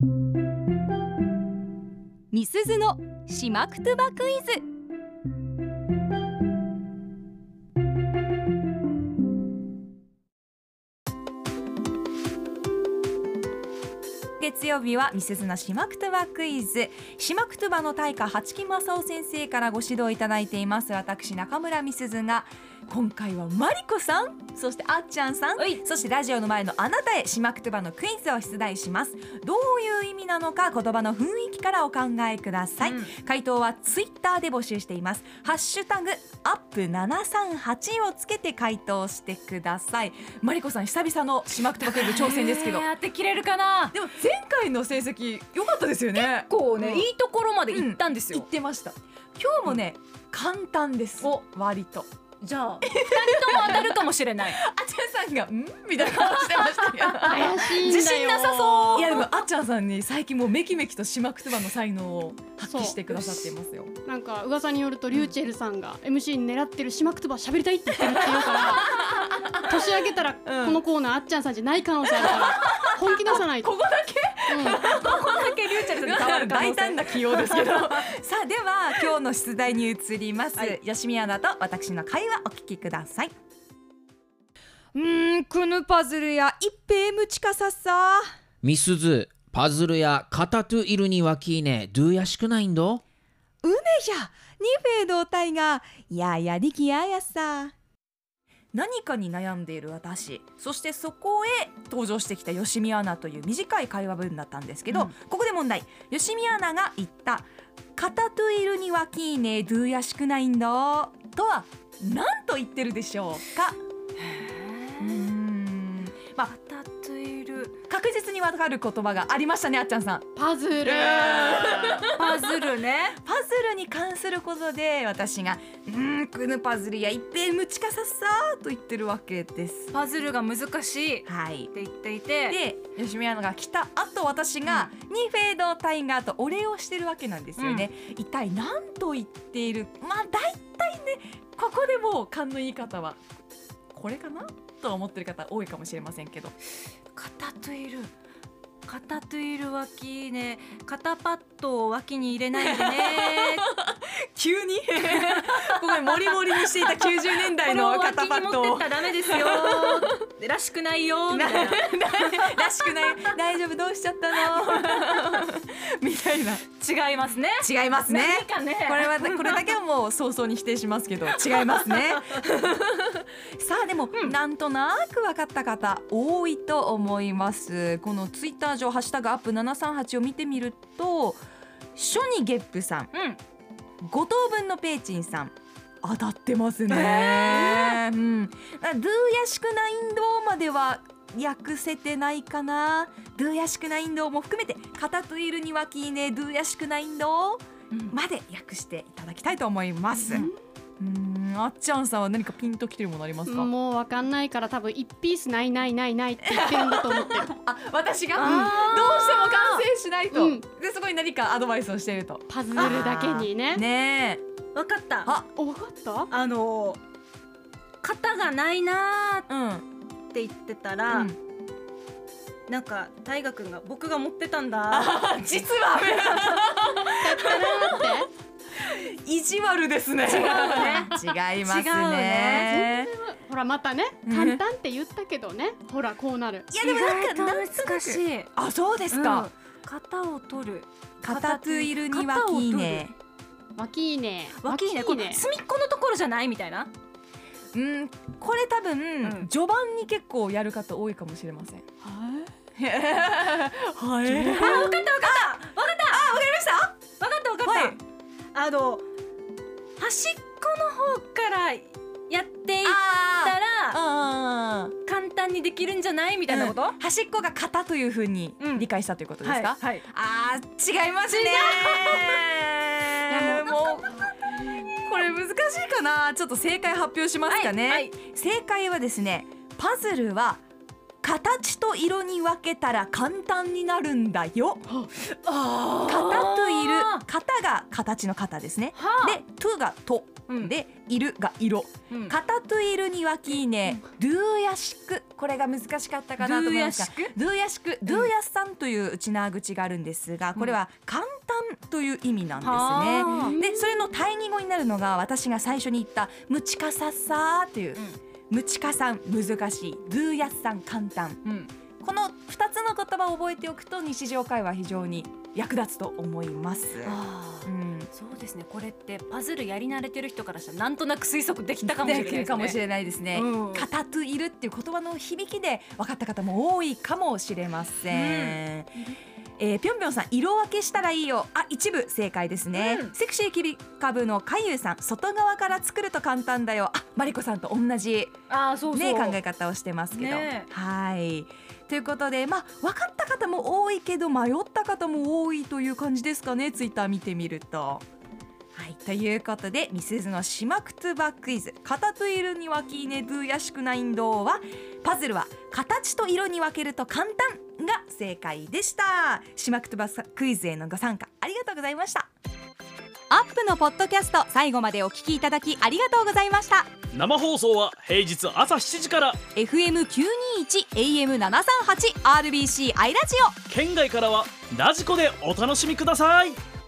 みすずのしまくとばクイズ。月曜日はみすずのしまくとばクイズ。しまくとばの大家八木正夫先生からご指導いただいています私中村みすずが、今回はマリコさん、そしてあっちゃんさん、そしてラジオの前のあなたへしまくとばのクイズを出題します。どういう意味なのか言葉の雰囲気からお考えください。回答はツイッターで募集しています。ハッシュタグアップ738をつけて回答してください。マリコさん、久々のしまくとばクイズ挑戦ですけど、 やってきれるかな。 でも前回の成績良かったですよね。 結構ね、いいところまで行ったんですよ。 行ってました。今日もね、簡単です。割と。じゃあ2人とも当たるかもしれない。 あっちゃんさんがみたいな顔してましたけど怪しいんだよ。 自信なさそう。 いやでもあっちゃんさんに最近もうめきめきとしまくとばの才能を発揮してくださっていますよ。 なんか噂によるとリューチェルさんが MC に狙ってるしまくとば喋りたいって言ってるって言うから年明けたらこのコーナーあっちゃんさんじゃない可能性あるから本気出さないと。 ここだけここだけリューチェルさんに変わる可能性。 大胆な起用ですけどさあでは今日の出題に移ります、吉見アナと私の会話お聞きください。くぬパズルや一平ムチカサッサみすずパズルや片といるにわきねどうやしくないんどうめじゃにフェードタイがややりきややさ。何かに悩んでいる私、そしてそこへ登場してきた吉見アナという短い会話文だったんですけど、ここで問題。吉見アナが言った片といるにはきーねどうやしくないんだとは何と言ってるでしょうか。まあ片といる、確実にわかる言葉がありましたね、あっちゃんさん。 パズルパズルね。 パズルに関することで私がくぬパズルや一平ムチカサッサーと言ってるわけです。 パズルが難しいって言っていて、 で吉見アナが来た後私がにフェードタイガーとお礼をしてるわけなんですよね。一体何と言っている、まあ大体ねここでもう勘のいい方はこれかなと思ってる方多いかもしれませんけど、 片といる脇ね、肩パッドを脇に入れないでね急にここでモリモリにしていた90年代の肩パッドをこれを脇に持ってったらダメですよらしくないよみたいならしくない、大丈夫どうしちゃったのみたいな。 違いますね。 違いますね。 何かね、 これだけはもう早々に否定しますけど違いますねさあでも、なんとなく分かった方多いと思います。このツイッター上ハッシュタグアップ738を見てみると、ショニゲップさん、5等分のペーチンさん当たってますね。ドゥーヤシクナインドーまでは訳せてないかな。ドゥーヤシクナインドーも含めて片といるにはきーねドゥーヤシクナインドーまで訳していただきたいと思います。あっちゃんさんは何かピンときてるものありますか？ もうわかんないから多分1ピースないって言ってるんだと思ってる私が、どうしても完成しないと、でそこに何かアドバイスをしていると、 パズルだけにね。 ねえ、わかった。 わかった？ 型がないなーって言ってたら、なんか大河君が僕が持ってたんだ実は意地悪ですね。違うね。違いますね。 ほらまたね、簡単って言ったけどね、ほらこうなる。 いやでもなんか難しい。 あ、そうですか。 型を取る。 型といるにわきね。 わきね。 これ隅っこのところじゃないみたいな。 これ多分序盤に結構やる方多いかもしれません。はい。 わかった。あ、わかりました。わかった。端っこの方からやっていったら簡単にできるんじゃないみたいなこと？ 端っこが型という風に理解したということですか？ はい。 あー、違いますね。もうこれ難しいかな。ちょっと正解発表しますかね。正解はですね、パズルは形と色に分けたら簡単になるんだよ。 あ型といる、型が形の型ですね。でとがと、でいるが色、型といるにわきね、ドゥやしく、これが難しかったかなと思いますが、ドゥやしく、ドゥやさんという内縄口があるんですが、これは簡単という意味なんですね。でそれの対義語になるのが私が最初に言ったムチカサッサーという、ムチカさん難しい、ドゥやさん簡単、この2つの言葉を覚えておくと日常会話非常に役立つと思います。 そうですね。これってパズルやり慣れてる人からしたらなんとなく推測できたかもしれないですね。 できるかもしれないですね。型といるっていう言葉の響きで分かった方も多いかもしれません。ぴょんぴょんさん、色分けしたらいいよ。一部正解ですね。セクシーキビカブのかゆうさん、外側から作ると簡単だよ。マリコさんと同じ考え方をしてますけど、はいということで、分かった方も多いけど迷った方も多いという感じですかね、ツイッター見てみると。ということでミスズのシマクトゥバクイズ、型と色に分けねドゥやしくないんどうは、パズルは形と色に分けると簡単が正解でした。シマクトゥバクイズへのご参加ありがとうございました。アップのポッドキャスト、最後までお聞きいただきありがとうございました。 生放送は平日朝7時から FM921 AM738 RBC アイラジオ、 県外からはラジコでお楽しみください。